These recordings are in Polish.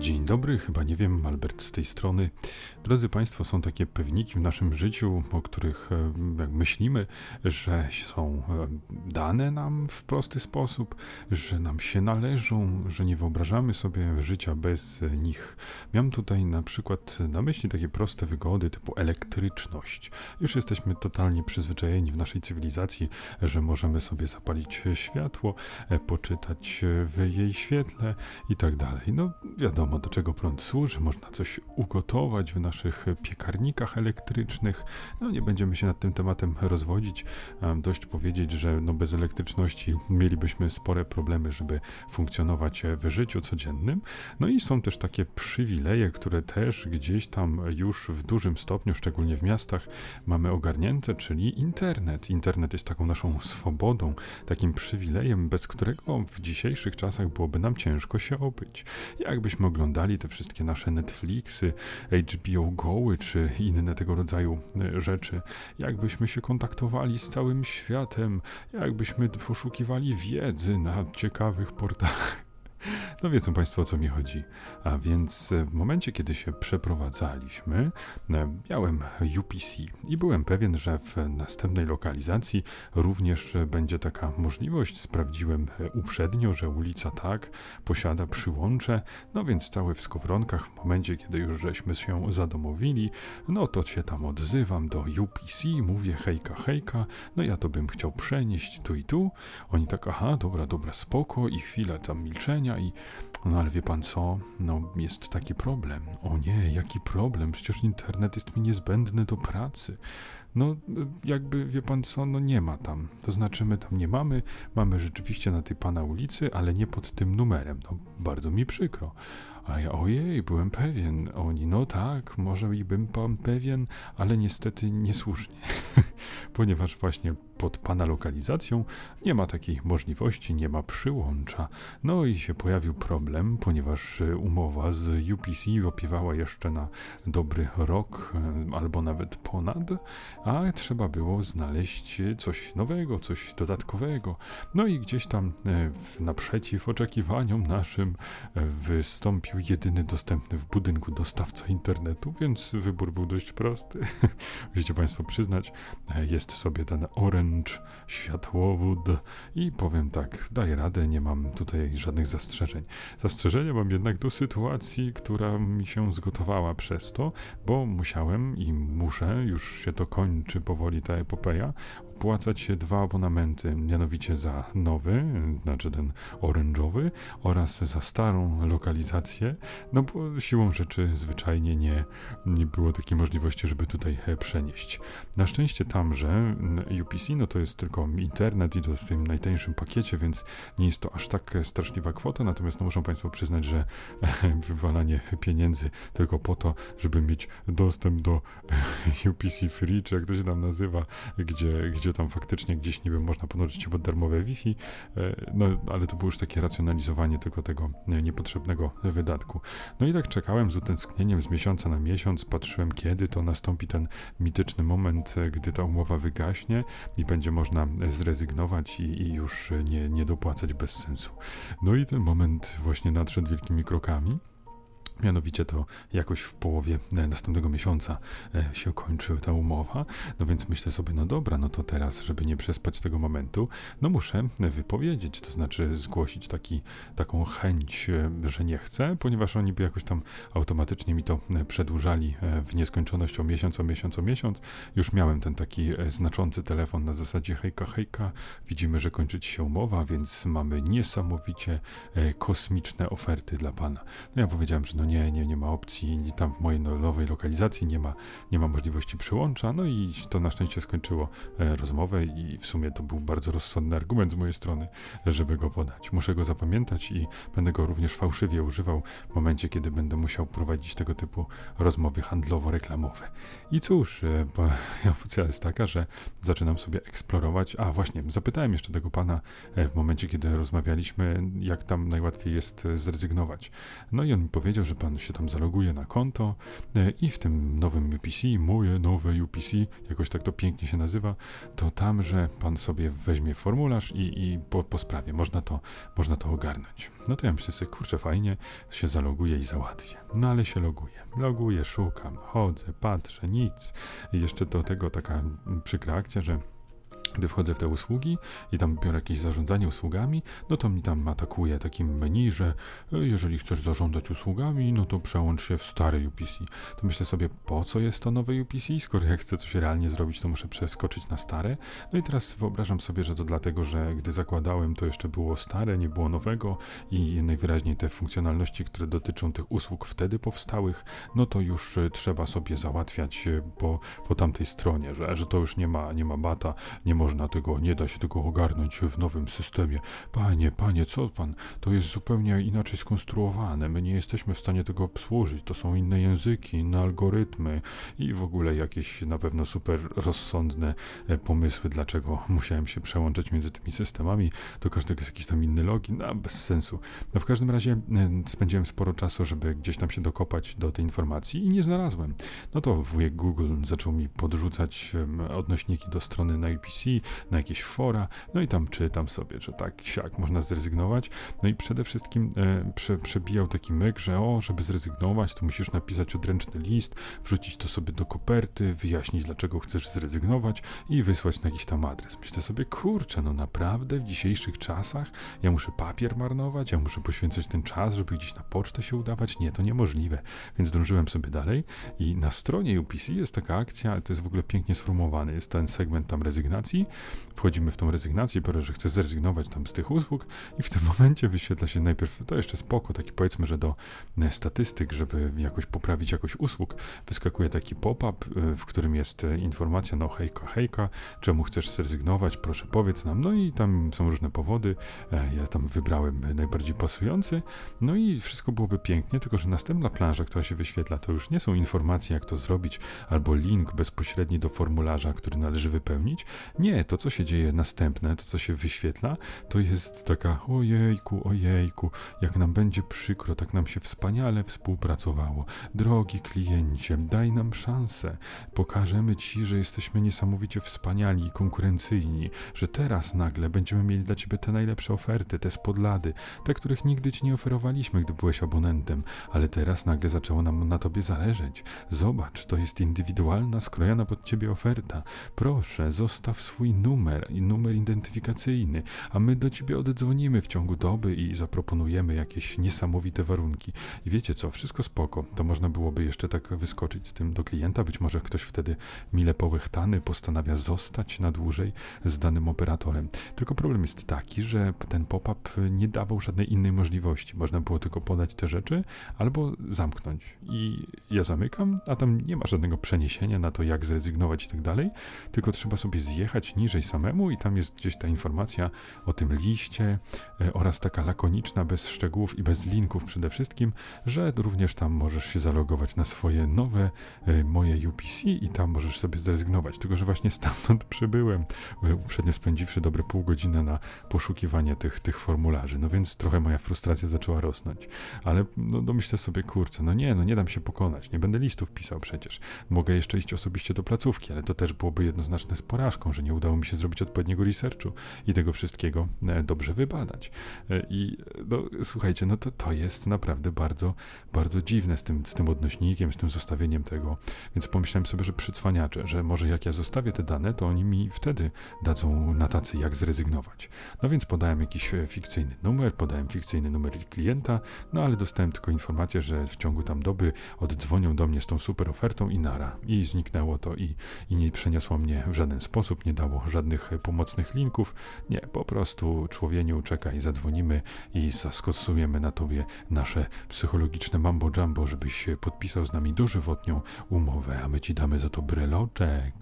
Dzień dobry, chyba nie wiem, Albert z tej strony. Drodzy Państwo, są takie pewniki w naszym życiu, o których jak myślimy, że są dane nam w prosty sposób, że nam się należą, że nie wyobrażamy sobie życia bez nich. Miałem tutaj na przykład na myśli takie proste wygody typu elektryczność. Już jesteśmy totalnie przyzwyczajeni w naszej cywilizacji, że możemy sobie zapalić światło, poczytać w jej świetle i tak dalej. No wiadomo, do czego prąd służy, można coś ugotować w naszych piekarnikach elektrycznych. No nie będziemy się nad tym tematem rozwodzić. Dość powiedzieć, że no bez elektryczności mielibyśmy spore problemy, żeby funkcjonować w życiu codziennym. No i są też takie przywileje, które też gdzieś tam już w dużym stopniu, szczególnie w miastach, mamy ogarnięte, czyli internet. Internet jest taką naszą swobodą, takim przywilejem, bez którego w dzisiejszych czasach byłoby nam ciężko się obyć. Jakbyśmy oglądali te wszystkie nasze Netflixy, HBO Go'y czy inne tego rodzaju rzeczy, jakbyśmy się kontaktowali z całym światem, jakbyśmy poszukiwali wiedzy na ciekawych portalach. No wiedzą Państwo, o co mi chodzi. A więc w momencie, kiedy się przeprowadzaliśmy, miałem UPC i byłem pewien, że w następnej lokalizacji również będzie taka możliwość. Sprawdziłem uprzednio, że ulica tak posiada przyłącze, no więc cały w skowronkach w momencie, kiedy już żeśmy się zadomowili, no to się tam odzywam do UPC, mówię hejka, hejka, no ja to bym chciał przenieść tu i tu. Oni tak, aha, dobra, spoko i chwilę tam milczenia i no ale wie pan co, no jest taki problem. O nie, jaki problem? Przecież internet jest mi niezbędny do pracy. No jakby, wie pan co, no nie ma tam. To znaczy my tam nie mamy, mamy rzeczywiście na tej pana ulicy, ale nie pod tym numerem. No bardzo mi przykro. A ja, ojej, byłem pewien. Oni, no tak, może i bym pan pewien, ale niestety niesłusznie. Ponieważ właśnie pod pana lokalizacją nie ma takiej możliwości, nie ma przyłącza. No i się pojawił problem, ponieważ umowa z UPC opiewała jeszcze na dobry rok, albo nawet ponad, a trzeba było znaleźć coś nowego, coś dodatkowego. No i gdzieś tam naprzeciw oczekiwaniom naszym wystąpił jedyny dostępny w budynku dostawca internetu, więc wybór był dość prosty. Musicie Państwo przyznać, jest sobie ten Orange światłowód i powiem tak, daję radę, nie mam tutaj żadnych zastrzeżeń. Zastrzeżenia mam jednak do sytuacji, która mi się zgotowała przez to, bo musiałem i muszę, już się to kończy powoli ta epopeja, opłacać 2 abonamenty, mianowicie za nowy, znaczy ten oranżowy, oraz za starą lokalizację, no bo siłą rzeczy zwyczajnie nie było takiej możliwości, żeby tutaj przenieść. Na szczęście tamże UPC, no to jest tylko internet i to w tym najtańszym pakiecie, więc nie jest to aż tak straszliwa kwota, natomiast no muszą Państwo przyznać, że wywalanie pieniędzy tylko po to, żeby mieć dostęp do UPC Free, czy jak to się tam nazywa, gdzie tam faktycznie gdzieś niby można podłączyć pod darmowe Wi-Fi, no ale to było już takie racjonalizowanie tylko tego niepotrzebnego wydatku. No i tak czekałem z utęsknieniem z miesiąca na miesiąc, patrzyłem kiedy to nastąpi ten mityczny moment, gdy ta umowa wygaśnie i będzie można zrezygnować i już nie dopłacać bez sensu. No i ten moment właśnie nadszedł wielkimi krokami. Mianowicie to jakoś w połowie następnego miesiąca się kończy ta umowa, no więc myślę sobie, no dobra, no to teraz, żeby nie przespać tego momentu, no muszę wypowiedzieć, to znaczy zgłosić taką chęć, że nie chcę, ponieważ oni by jakoś tam automatycznie mi to przedłużali w nieskończoność o miesiąc. Już miałem ten taki znaczący telefon na zasadzie hejka, hejka, widzimy, że kończyć się umowa, więc mamy niesamowicie kosmiczne oferty dla pana. No ja powiedziałem, że no nie ma opcji, tam w mojej nowej lokalizacji nie ma możliwości przyłącza, no i to na szczęście skończyło rozmowę i w sumie to był bardzo rozsądny argument z mojej strony, żeby go podać. Muszę go zapamiętać i będę go również fałszywie używał w momencie, kiedy będę musiał prowadzić tego typu rozmowy handlowo-reklamowe. I cóż, opcja jest taka, że zaczynam sobie eksplorować, a właśnie, zapytałem jeszcze tego pana w momencie, kiedy rozmawialiśmy, jak tam najłatwiej jest zrezygnować. No i on mi powiedział, że że pan się tam zaloguje na konto i w tym nowym UPC, moje nowe UPC, jakoś tak to pięknie się nazywa, to tam, że pan sobie weźmie formularz i po sprawie można to ogarnąć. No to ja myślę sobie, kurczę, fajnie, się zaloguję i załatwię. No ale się loguję, szukam, chodzę, patrzę, nic. I jeszcze do tego taka przykra akcja, że gdy wchodzę w te usługi i tam biorę jakieś zarządzanie usługami, no to mi tam atakuje takim menu, że jeżeli chcesz zarządzać usługami, no to przełącz się w stare UPC. To myślę sobie, po co jest to nowe UPC? Skoro ja chcę coś realnie zrobić, to muszę przeskoczyć na stare. No i teraz wyobrażam sobie, że to dlatego, że gdy zakładałem, to jeszcze było stare, nie było nowego i najwyraźniej te funkcjonalności, które dotyczą tych usług wtedy powstałych, no to już trzeba sobie załatwiać po tamtej stronie, że to już nie ma bata, nie da się tego ogarnąć w nowym systemie. Panie, co pan? To jest zupełnie inaczej skonstruowane. My nie jesteśmy w stanie tego obsłużyć. To są inne języki, inne algorytmy i w ogóle jakieś na pewno super rozsądne pomysły, dlaczego musiałem się przełączać między tymi systemami. Do każdego jest jakiś tam inny login. Bez sensu. No w każdym razie spędziłem sporo czasu, żeby gdzieś tam się dokopać do tej informacji i nie znalazłem. No to wujek Google zaczął mi podrzucać odnośniki do strony na UPC, na jakieś fora, no i tam czytam sobie, że tak, siak, można zrezygnować. No i przede wszystkim przebijał taki myk, że żeby zrezygnować, to musisz napisać odręczny list, wrzucić to sobie do koperty, wyjaśnić, dlaczego chcesz zrezygnować i wysłać na jakiś tam adres. Myślę sobie, kurczę, no naprawdę w dzisiejszych czasach ja muszę papier marnować, ja muszę poświęcać ten czas, żeby gdzieś na pocztę się udawać? Nie, to niemożliwe. Więc drążyłem sobie dalej i na stronie UPC jest taka akcja, to jest w ogóle pięknie sformułowany, jest ten segment tam rezygnacji. Wchodzimy w tą rezygnację, biorę, że chcę zrezygnować tam z tych usług i w tym momencie wyświetla się najpierw, to jeszcze spoko, taki powiedzmy, że do statystyk, żeby jakoś poprawić jakość usług, wyskakuje taki pop-up, w którym jest informacja, no hejka, czemu chcesz zrezygnować, proszę powiedz nam, no i tam są różne powody, ja tam wybrałem najbardziej pasujący, no i wszystko byłoby pięknie, tylko że następna plansza, która się wyświetla, to już nie są informacje, jak to zrobić, albo link bezpośredni do formularza, który należy wypełnić. Nie, to co się dzieje następne, to co się wyświetla, to jest taka ojejku, jak nam będzie przykro, tak nam się wspaniale współpracowało. Drogi kliencie, daj nam szansę. Pokażemy ci, że jesteśmy niesamowicie wspaniali i konkurencyjni, że teraz nagle będziemy mieli dla ciebie te najlepsze oferty, te spod lady, te, których nigdy ci nie oferowaliśmy, gdy byłeś abonentem, ale teraz nagle zaczęło nam na tobie zależeć. Zobacz, to jest indywidualna, skrojona pod ciebie oferta. Proszę, zostaw swój numer identyfikacyjny, a my do ciebie oddzwonimy w ciągu doby i zaproponujemy jakieś niesamowite warunki. I wiecie co, wszystko spoko, to można byłoby jeszcze tak wyskoczyć z tym do klienta, być może ktoś wtedy mile połechtany postanawia zostać na dłużej z danym operatorem. Tylko problem jest taki, że ten pop-up nie dawał żadnej innej możliwości. Można było tylko podać te rzeczy albo zamknąć. I ja zamykam, a tam nie ma żadnego przeniesienia na to, jak zrezygnować i tak dalej, tylko trzeba sobie zjechać niżej samemu i tam jest gdzieś ta informacja o tym liście oraz taka lakoniczna, bez szczegółów i bez linków przede wszystkim, że również tam możesz się zalogować na swoje nowe moje UPC i tam możesz sobie zrezygnować. Tylko że właśnie stamtąd przybyłem, uprzednio spędziwszy dobre pół godziny na poszukiwanie tych formularzy. No więc trochę moja frustracja zaczęła rosnąć. Ale no myślę sobie, kurczę, nie dam się pokonać. Nie będę listów pisał przecież. Mogę jeszcze iść osobiście do placówki, ale to też byłoby jednoznaczne z porażką, że nie udało mi się zrobić odpowiedniego researchu i tego wszystkiego dobrze wybadać. I słuchajcie, to jest naprawdę bardzo, bardzo dziwne z tym odnośnikiem, z tym zostawieniem tego. Więc pomyślałem sobie, że przycwaniaczę, że może jak ja zostawię te dane, to oni mi wtedy dadzą na tacy, jak zrezygnować. No więc podałem jakiś fikcyjny numer klienta, no ale dostałem tylko informację, że w ciągu tam doby oddzwonią do mnie z tą super ofertą i nara. I zniknęło to i nie przeniosło mnie w żaden sposób, nie dało żadnych pomocnych linków. Nie, po prostu człowieniu czekaj, zadzwonimy i zaskocujemy na tobie nasze psychologiczne mambo jumbo, żebyś podpisał z nami dożywotnią umowę, a my ci damy za to breloczek.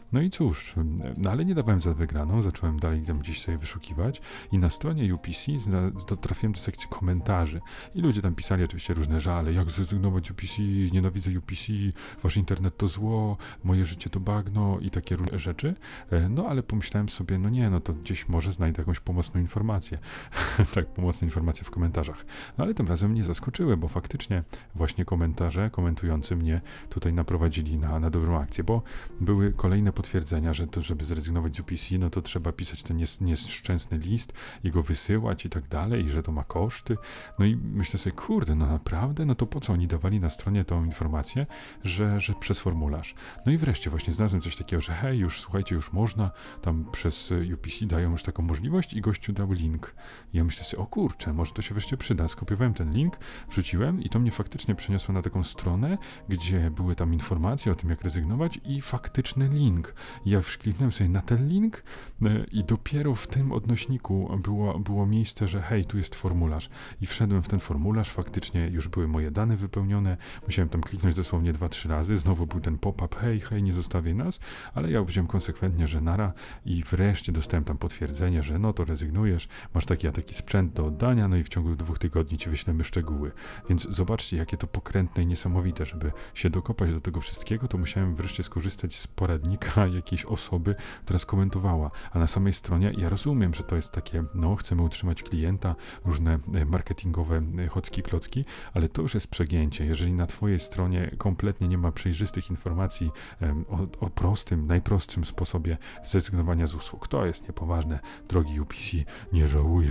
No i cóż, no ale nie dawałem za wygraną, zacząłem dalej tam gdzieś sobie wyszukiwać i na stronie UPC trafiłem do sekcji komentarzy i ludzie tam pisali oczywiście różne żale, jak zrezygnować z UPC, nienawidzę UPC, wasz internet to zło, moje życie to bagno i takie różne rzeczy, no ale pomyślałem sobie, no nie, no to gdzieś może znajdę jakąś pomocną informację, tak, pomocne informacje w komentarzach, no ale tym razem mnie zaskoczyły, bo faktycznie właśnie komentarze komentujący mnie tutaj naprowadzili na dobrą akcję, bo były kolejne potwierdzenia, że to, żeby zrezygnować z UPC, no to trzeba pisać ten nieszczęsny list i go wysyłać i tak dalej, i że to ma koszty. No i myślę sobie, kurde, no naprawdę? No to po co oni dawali na stronie tą informację, że przez formularz? No i wreszcie właśnie znalazłem coś takiego, że hej, już słuchajcie, już można, tam przez UPC dają już taką możliwość i gościu dał link. I ja myślę sobie, o kurczę, może to się wreszcie przyda. Skopiowałem ten link, wrzuciłem i to mnie faktycznie przeniosło na taką stronę, gdzie były tam informacje o tym, jak rezygnować i faktyczny link. Ja kliknąłem sobie na ten link i dopiero w tym odnośniku było miejsce, że hej, tu jest formularz. I wszedłem w ten formularz, faktycznie już były moje dane wypełnione, musiałem tam kliknąć dosłownie 2-3 razy, znowu był ten pop-up, hej, nie zostawiaj nas, ale ja wziąłem konsekwentnie, że nara i wreszcie dostałem tam potwierdzenie, że no to rezygnujesz, masz taki a taki sprzęt do oddania, no i w ciągu 2 tygodni ci wyślemy szczegóły. Więc zobaczcie, jakie to pokrętne i niesamowite, żeby się dokopać do tego wszystkiego, to musiałem wreszcie skorzystać z poradnika jakiejś osoby, która skomentowała, a na samej stronie ja rozumiem, że to jest takie, no chcemy utrzymać klienta, różne marketingowe chocki klocki, ale to już jest przegięcie. Jeżeli na twojej stronie kompletnie nie ma przejrzystych informacji o prostym, najprostszym sposobie zrezygnowania z usług, to jest niepoważne. Drogi UPC, nie żałuję.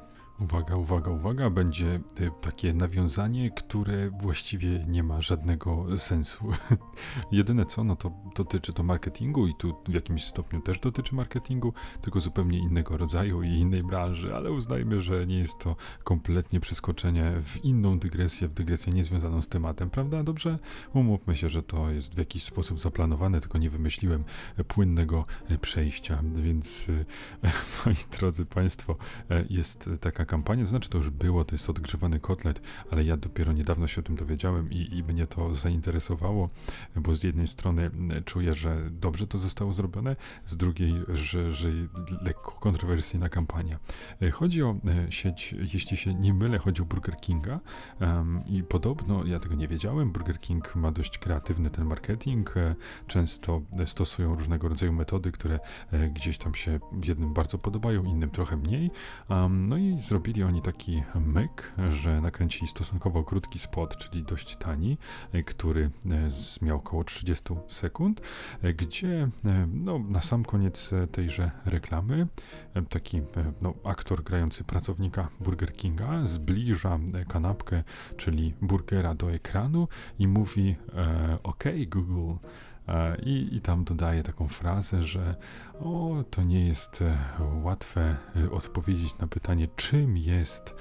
Uwaga, będzie takie nawiązanie, które właściwie nie ma żadnego sensu. Jedyne co, no to dotyczy to marketingu i tu w jakimś stopniu też dotyczy marketingu, tylko zupełnie innego rodzaju i innej branży, ale uznajmy, że nie jest to kompletnie przeskoczenie w inną dygresję, w dygresję niezwiązaną z tematem, prawda? Dobrze? Umówmy się, że to jest w jakiś sposób zaplanowane, tylko nie wymyśliłem płynnego przejścia, więc moi drodzy Państwo, jest taka kampania, to znaczy to już było, to jest odgrzewany kotlet, ale ja dopiero niedawno się o tym dowiedziałem i mnie to zainteresowało, bo z jednej strony czuję, że dobrze to zostało zrobione, z drugiej, że lekko kontrowersyjna kampania. Chodzi o sieć, jeśli się nie mylę, chodzi o Burger Kinga i podobno, ja tego nie wiedziałem, Burger King ma dość kreatywny ten marketing, często stosują różnego rodzaju metody, które gdzieś tam się jednym bardzo podobają, innym trochę mniej, no i zrobili oni taki myk, że nakręcili stosunkowo krótki spot, czyli dość tani, który miał około 30 sekund, gdzie no, na sam koniec tejże reklamy taki aktor grający pracownika Burger Kinga zbliża kanapkę, czyli burgera do ekranu i mówi OK Google. I tam dodaje taką frazę, że to nie jest łatwe odpowiedzieć na pytanie, czym jest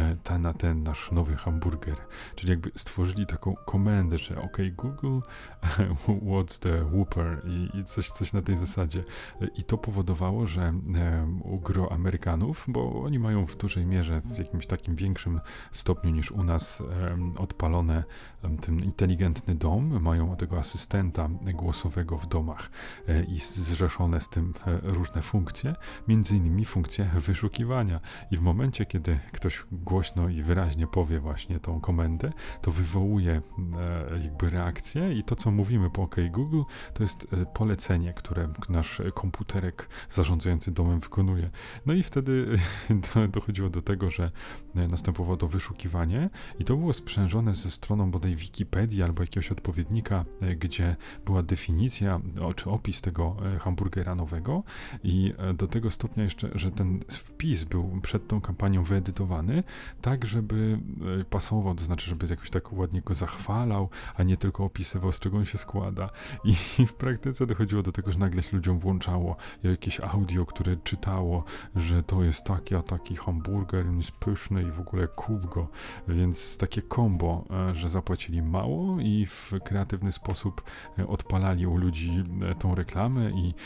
ten nasz nowy hamburger. Czyli jakby stworzyli taką komendę, że OK Google, what's the Whopper i coś na tej zasadzie. I to powodowało, że gro Amerykanów, bo oni mają w dużej mierze, w jakimś takim większym stopniu niż u nas odpalone ten inteligentny dom, mają tego asystenta głosowego w domach i zrzeszone z tym różne funkcje, między innymi funkcje wyszukiwania. I w momencie, kiedy ktoś głośno i wyraźnie powie właśnie tą komendę, to wywołuje jakby reakcję i to, co mówimy po OK Google, to jest polecenie, które nasz komputerek zarządzający domem wykonuje. No i wtedy dochodziło do tego, że następowało to wyszukiwanie i to było sprzężone ze stroną bodaj Wikipedii albo jakiegoś odpowiednika, gdzie była definicja czy opis tego hamburgera nowego i do tego stopnia jeszcze, że ten wpis był przed tą kampanią wyedytowany, tak żeby pasował, to znaczy, żeby jakoś tak ładnie go zachwalał, a nie tylko opisywał, z czego on się składa. I w praktyce dochodziło do tego, że nagle się ludziom włączało jakieś audio, które czytało, że to jest taki hamburger, on jest pyszny i w ogóle kup go. Więc takie combo, że zapłacili mało i w kreatywny sposób odpalali u ludzi tą reklamę i jasne,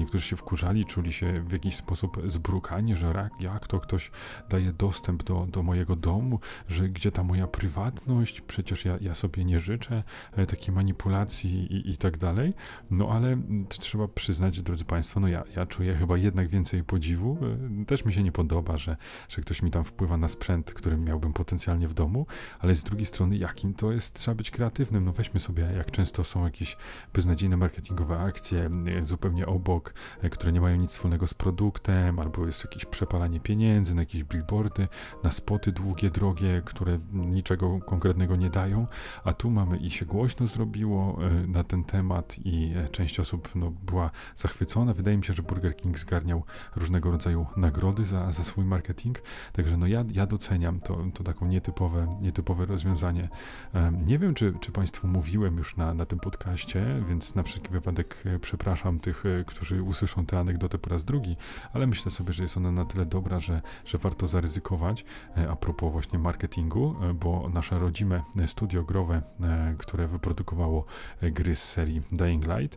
niektórzy się wkurzali, czuli się w jakiś sposób zbrukani, że jak to ktoś daje dostęp do mojego domu, że gdzie ta moja prywatność, przecież ja sobie nie życzę takiej manipulacji i tak dalej. No ale trzeba przyznać, drodzy Państwo, no ja czuję chyba jednak więcej podziwu. Też mi się nie podoba, że ktoś mi tam wpływa na sprzęt, który miałbym potencjalnie w domu, ale z drugiej strony jakim to jest, trzeba być kreatywnym. No weźmy sobie, jak często są jakieś beznadziejne marketingowe akcje zupełnie obok, które nie mają nic wspólnego z produktem, albo jest jakieś przepalanie pieniędzy na jakieś billboardy, na spoty długie, drogie, które niczego konkretnego nie dają, a tu mamy i się głośno zrobiło na ten temat i część osób była zachwycona. Wydaje mi się, że Burger King zgarniał różnego rodzaju nagrody za swój marketing, także ja doceniam to taką nietypowe rozwiązanie. Nie wiem, czy Państwu mówiłem już na tym podcaście, więc na wszelki wypadek przepraszam tych, którzy usłyszą tę anegdotę po raz drugi, ale myślę sobie, że jest ona na tyle dobra, że warto zaryzykować a propos właśnie marketingu, bo nasze rodzime studio growe, które wyprodukowało gry z serii Dying Light,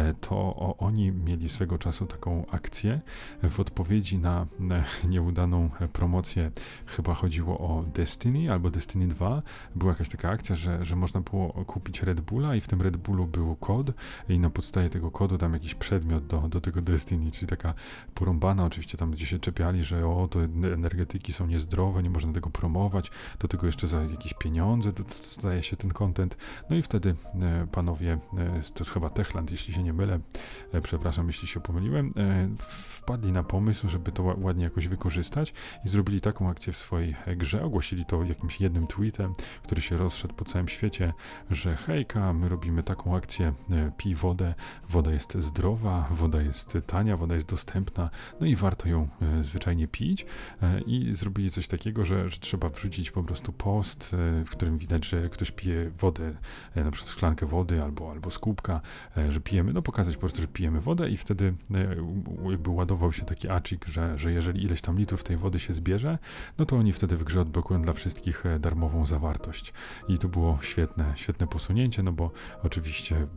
to oni mieli swego czasu taką akcję w odpowiedzi na nieudaną promocję, chyba chodziło o Destiny albo Destiny 2, była jakaś taka akcja, że można było kupić Red Bulla i w tym Red Bullu był kod i na podstawie tego kodu tam jakiś przedmiot do tego Destiny, czyli taka porąbana, oczywiście tam gdzie się czepiali, że to energetyki są niezdrowe, nie można tego promować, do tego jeszcze za jakieś pieniądze dostaje się ten content. No i wtedy panowie, to jest chyba Techland, jeśli się nie mylę, przepraszam, jeśli się pomyliłem, wpadli na pomysł, żeby to ładnie jakoś wykorzystać i zrobili taką akcję w swojej grze, ogłosili to jakimś jednym tweetem, który się rozszedł po całym świecie, że hejka, my robimy taką akcję, pij wodę, woda jest zdrowa, woda jest tania, woda jest dostępna, no i warto ją zwyczajnie pić i zrobili coś takiego, że trzeba wrzucić po prostu post, w którym widać, że ktoś pije wodę, na przykład szklankę wody albo z kubka, że pijemy, pokazać po prostu, że pijemy wodę i wtedy jakby ładował się taki acik, że jeżeli ileś tam litrów tej wody się zbierze, no to oni wtedy w grze odblokują dla wszystkich darmową zawartość. I to było świetne posunięcie, bo oczywiście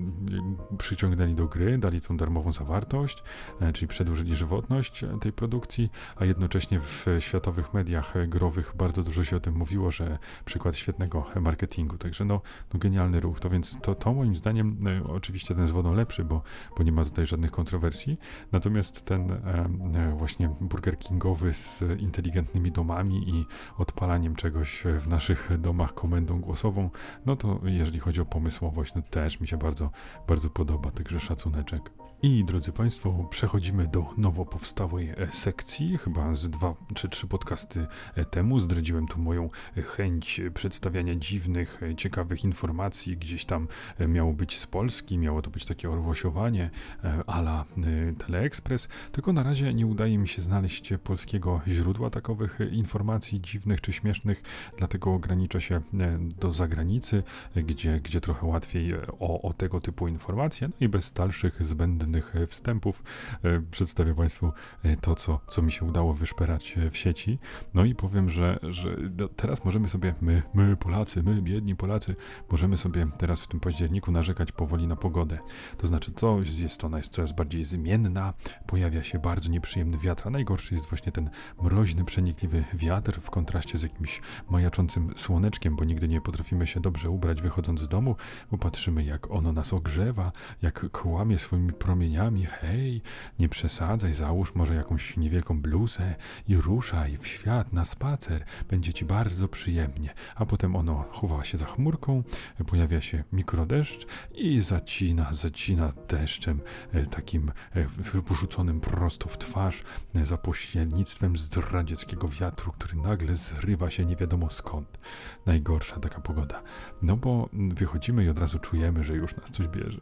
przyciągnęli do gry, dali tą darmową zawartość, czyli przedłużyli żywotność tej produkcji, a jednocześnie w światowych mediach growych bardzo dużo się o tym mówiło, że przykład świetnego marketingu, także genialny ruch, więc to moim zdaniem oczywiście ten z wodą lepszy, bo nie ma tutaj żadnych kontrowersji, natomiast ten właśnie Burger Kingowy z inteligentnymi domami i odpalaniem czegoś w naszych domach komendą głosową, to jeżeli chodzi o pomysłowość, też mi się bardzo, bardzo podoba, także szacuneczek. I drodzy Państwo, przechodzimy do nowo powstałej sekcji, chyba z 2 czy 3 podcasty temu zdradziłem tu moją chęć przedstawiania dziwnych, ciekawych informacji, gdzieś tam miało być z Polski, miało to być takie orłosiowanie a la Teleexpress, tylko na razie nie udaje mi się znaleźć polskiego źródła takowych informacji dziwnych czy śmiesznych, dlatego ograniczę się do zagranicy, gdzie trochę łatwiej o tego typu informacje, i bez dalszych zbędnych wstępów przedstawię Państwu to, co mi się udało wyszperać w sieci. No i powiem, że teraz możemy sobie, my Polacy, my biedni Polacy, możemy sobie teraz w tym październiku narzekać powoli na pogodę. To znaczy ona jest coraz bardziej zmienna, pojawia się bardzo nieprzyjemny wiatr, a najgorszy jest właśnie ten mroźny, przenikliwy wiatr w kontraście z jakimś majaczącym słoneczkiem, bo nigdy nie potrafimy się dobrze ubrać wychodząc z domu, bo patrzymy, jak ono nas ogrzewa, jak kłamie swoimi promieniami. Hej, nie przesadzaj, załóż może jakąś niewielką bluzę i ruszaj w świat na spacer, będzie ci bardzo przyjemnie. A potem ono chowa się za chmurką, pojawia się mikrodeszcz i zacina deszczem takim wrzuconym prosto w twarz za pośrednictwem zdradzieckiego wiatru, który nagle zrywa się nie wiadomo skąd. Najgorsza taka pogoda. Bo wychodzimy i od razu czujemy, że już nas coś bierze.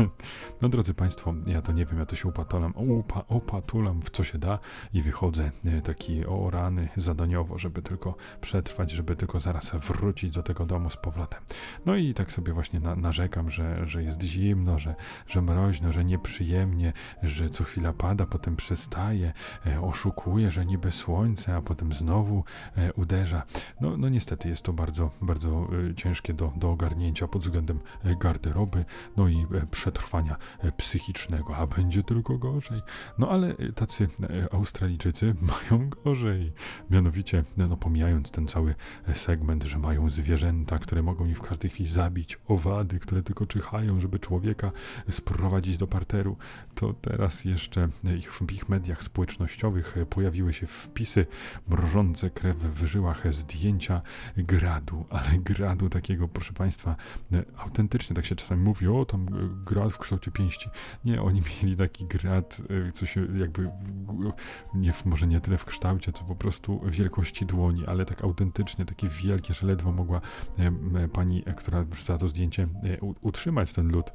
Drodzy Państwo, ja to nie wiem, ja to się opatulam w co się da i wychodzę taki rany zadaniowo, żeby tylko przetrwać, żeby tylko zaraz wrócić do tego domu z powrotem. I tak sobie właśnie narzekam, że jest zimno, że mroźno, że nieprzyjemnie, że co chwila pada, potem przestaje, oszukuje, że niby słońce, a potem znowu uderza. Niestety jest to bardzo, bardzo ciężkie do ogarnięcia pod względem garderoby, i przetrwania psychicznego. a będzie tylko gorzej. No ale tacy Australijczycy mają gorzej. Mianowicie, no pomijając ten cały segment, że mają zwierzęta, które mogą ich w każdej chwili zabić, owady, które tylko czyhają, żeby człowieka sprowadzić do parteru, to teraz jeszcze w ich mediach społecznościowych pojawiły się wpisy mrożące krew w żyłach, zdjęcia gradu, ale gradu takiego, proszę Państwa, autentycznie, tak się czasami mówi, o tam grad w kształcie pięści. Nie, oni mieli taki grad, co się jakby, może nie tyle w kształcie, co po prostu wielkości dłoni, ale tak autentycznie, takie wielkie, że ledwo mogła pani, która wrzucała to zdjęcie, utrzymać ten lód.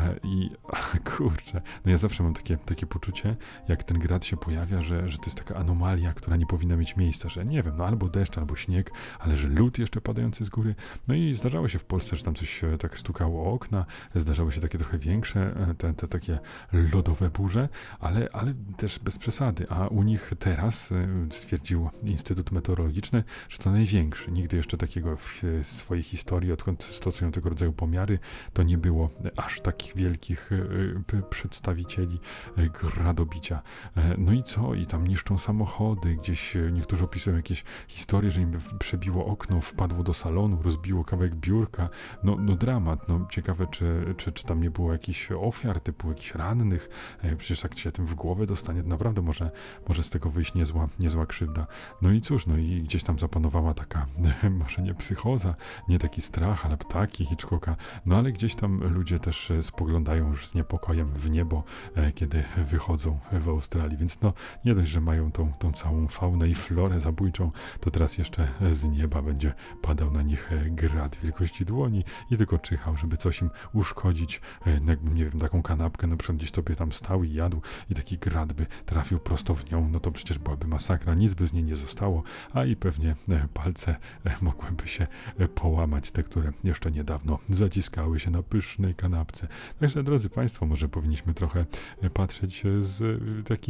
I kurczę, no ja zawsze mam takie poczucie, jak ten grad się pojawia, że to jest taka anomalia, która nie powinna mieć miejsca, że nie wiem, no albo deszcz, albo śnieg, ale że lód jeszcze padający z góry. No i zdarzało się w Polsce, że tam coś tak stukało o okna, zdarzały się takie trochę większe, te takie lodowe burze, ale też bez przesady, a u nich teraz stwierdził Instytut Meteorologiczny, że to największy. Nigdy jeszcze takiego w swojej historii, odkąd stosują tego rodzaju pomiary, to nie było aż takich wielkich przedstawicieli gradobicia. No i co? I tam niszczą samochody, gdzieś niektórzy opisują jakieś historie, że im przebiło okno, wpadło do salonu, rozbiło kawałek biurka. No dramat. No ciekawe, czy tam nie było jakichś ofiar, typu jakichś rannych. Przecież jak się tym w głowę dostanie, to naprawdę może z tego wyjść niezła krzywda. No i cóż, no i gdzieś tam zapanowała taka, może nie psychoza, nie taki strach, ale ptaki Hitchcocka, no ale gdzieś tam ludzie też spoglądają już z niepokojem w niebo, kiedy wychodzą w Australii, więc no nie dość, że mają tą całą faunę i florę zabójczą, to teraz jeszcze z nieba będzie padał na nich grad wielkości dłoni i tylko czyhał, żeby coś im uszkodzić, jakbym, nie wiem, taką kanapkę na przykład gdzieś sobie tam stał i jadł i taki grad by trafił prosto w nią, no to przecież byłaby masakra, nic by z niej nie zostało, a i pewnie palce mogłyby się połamać, te, które jeszcze niedawno zaciskały się na pysznej kanapce. Także, drodzy Państwo, może powinniśmy trochę patrzeć z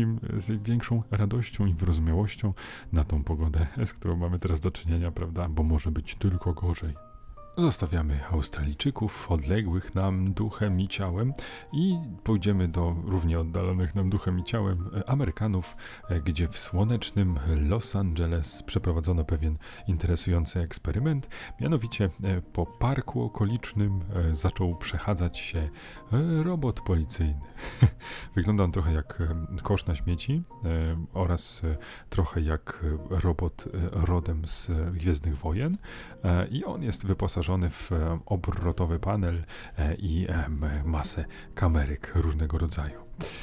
większą radością i wyrozumiałością na tą pogodę, z którą mamy teraz do czynienia, prawda? Bo może być tylko gorzej. Zostawiamy Australijczyków odległych nam duchem i ciałem i pójdziemy do równie oddalonych nam duchem i ciałem Amerykanów, gdzie w słonecznym Los Angeles przeprowadzono pewien interesujący eksperyment. Mianowicie po parku okolicznym zaczął przechadzać się robot policyjny. Wygląda on trochę jak kosz na śmieci oraz trochę jak robot rodem z Gwiezdnych Wojen i on jest wyposażony w obrotowy panel i masę kamerek różnego rodzaju.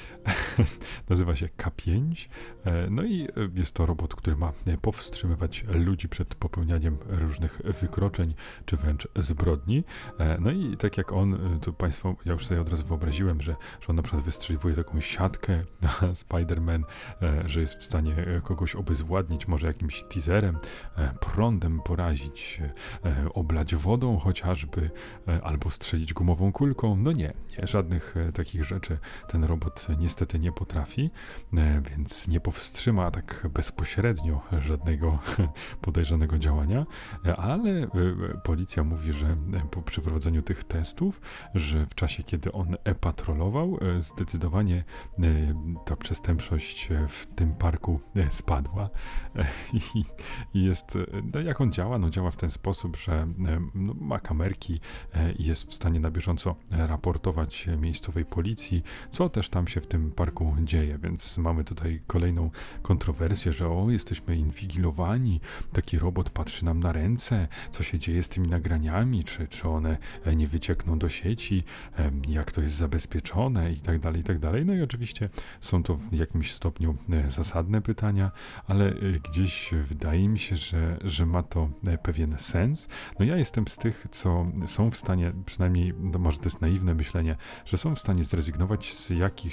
Nazywa się K5. No i jest to robot, który ma powstrzymywać ludzi przed popełnianiem różnych wykroczeń, czy wręcz zbrodni. No i tak jak on, to Państwo, ja już sobie od razu wyobraziłem, że on na przykład wystrzeliwuje taką siatkę na Spider-Man, że jest w stanie kogoś obezwładnić, może jakimś teaserem, prądem porazić, oblać wodą chociażby, albo strzelić gumową kulką. No nie, żadnych takich rzeczy ten robot niestety nie potrafi, więc nie powstrzyma tak bezpośrednio żadnego podejrzanego działania, ale policja mówi, że po przeprowadzeniu tych testów, że w czasie, kiedy on patrolował, zdecydowanie ta przestępczość w tym parku spadła i jest, no jak on działa? No działa w ten sposób, że ma kamerki i jest w stanie na bieżąco raportować miejscowej policji, co też tam się w tym parku dzieje, więc mamy tutaj kolejną kontrowersję, że jesteśmy inwigilowani, taki robot patrzy nam na ręce, co się dzieje z tymi nagraniami, czy one nie wyciekną do sieci, jak to jest zabezpieczone i tak dalej, i tak dalej. No i oczywiście są to w jakimś stopniu zasadne pytania, ale gdzieś wydaje mi się, że ma to pewien sens. No ja jestem z tych, co są w stanie, przynajmniej, no może to jest naiwne myślenie, że są w stanie zrezygnować z jakichś tam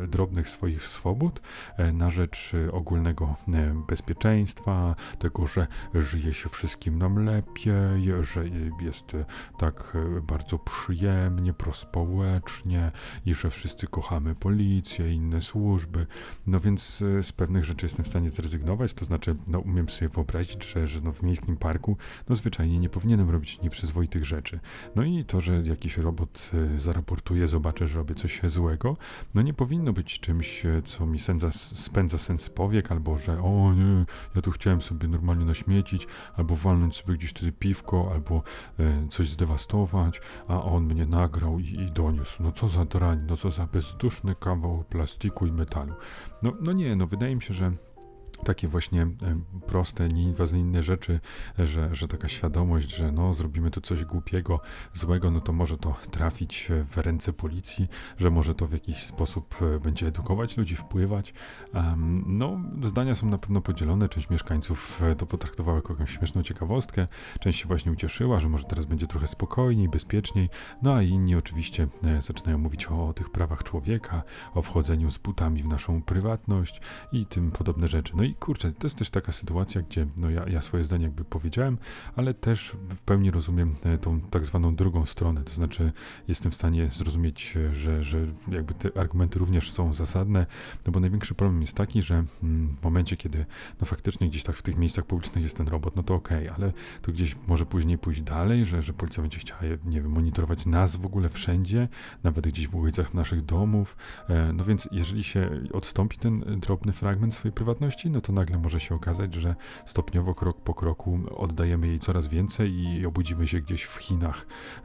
drobnych swoich swobód na rzecz ogólnego bezpieczeństwa, tego, że żyje się wszystkim nam lepiej, że jest tak bardzo przyjemnie, prospołecznie i że wszyscy kochamy policję i inne służby. No więc z pewnych rzeczy jestem w stanie zrezygnować, to znaczy, no umiem sobie wyobrazić, że no w miejskim parku, no zwyczajnie nie powinienem robić nieprzyzwoitych rzeczy. No i to, że jakiś robot zaraportuje, zobaczę, że robię coś złego, no nie powinno być czymś, co mi spędza sens powiek, albo że o nie, ja tu chciałem sobie normalnie naśmiecić, albo walnąć sobie gdzieś wtedy piwko, albo coś zdewastować, a on mnie nagrał i doniósł. No co za drań, no co za bezduszny kawał plastiku i metalu. No nie, no wydaje mi się, że takie właśnie proste, nieinwazyjne rzeczy, że taka świadomość, że no zrobimy tu coś głupiego, złego, no to może to trafić w ręce policji, że może to w jakiś sposób będzie edukować ludzi, wpływać. No, zdania są na pewno podzielone, część mieszkańców to potraktowała jako jakąś śmieszną ciekawostkę, część się właśnie ucieszyła, że może teraz będzie trochę spokojniej, bezpieczniej, no a inni oczywiście zaczynają mówić o tych prawach człowieka, o wchodzeniu z butami w naszą prywatność i tym podobne rzeczy. No i kurczę, to jest też taka sytuacja, gdzie no ja swoje zdanie jakby powiedziałem, ale też w pełni rozumiem tą tak zwaną drugą stronę, to znaczy jestem w stanie zrozumieć, że jakby te argumenty również są zasadne, no bo największy problem jest taki, że w momencie, kiedy no faktycznie gdzieś tak w tych miejscach publicznych jest ten robot, no to okej, ale to gdzieś może później pójść dalej, że policja będzie chciała, nie wiem, monitorować nas w ogóle wszędzie, nawet gdzieś w ulicach naszych domów, no więc jeżeli się odstąpi ten drobny fragment swojej prywatności, no to nagle może się okazać, że stopniowo, krok po kroku oddajemy jej coraz więcej i obudzimy się gdzieś w Chinach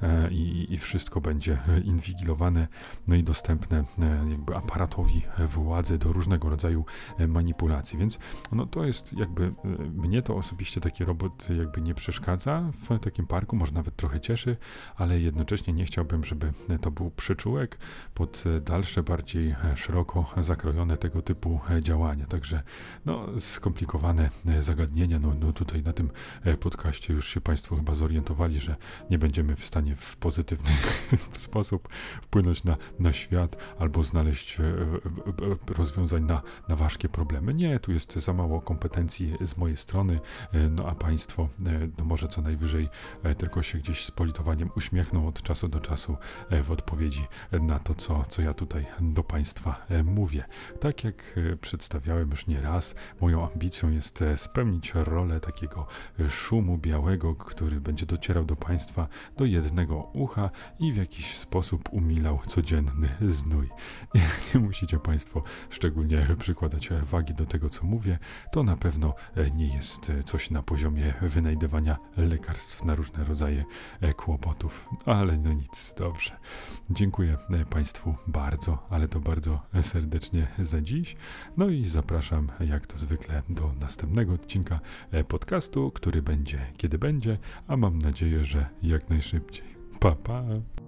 i wszystko będzie inwigilowane, no i dostępne jakby aparatowi władzy do różnego rodzaju manipulacji, więc no to jest jakby, mnie to osobiście taki robot jakby nie przeszkadza w takim parku, może nawet trochę cieszy, ale jednocześnie nie chciałbym, żeby to był przyczółek pod dalsze, bardziej szeroko zakrojone tego typu działania, także no skomplikowane zagadnienia, no tutaj na tym podcaście już się Państwo chyba zorientowali, że nie będziemy w stanie w pozytywny sposób wpłynąć na świat albo znaleźć rozwiązań na ważkie problemy. Nie, tu jest za mało kompetencji z mojej strony, no a Państwo no może co najwyżej tylko się gdzieś z politowaniem uśmiechną od czasu do czasu w odpowiedzi na to, co ja tutaj do Państwa mówię. Tak jak przedstawiałem już nie raz, moją ambicją jest spełnić rolę takiego szumu białego, który będzie docierał do Państwa do jednego ucha i w jakiś sposób umilał codzienny znój. Nie musicie Państwo szczególnie przykładać wagi do tego, co mówię. To na pewno nie jest coś na poziomie wynajdywania lekarstw na różne rodzaje kłopotów, ale no nic, dobrze. Dziękuję Państwu bardzo, ale to bardzo serdecznie za dziś. No i zapraszam jak to zwykle do następnego odcinka podcastu, który będzie kiedy będzie, a mam nadzieję, że jak najszybciej. Pa, pa!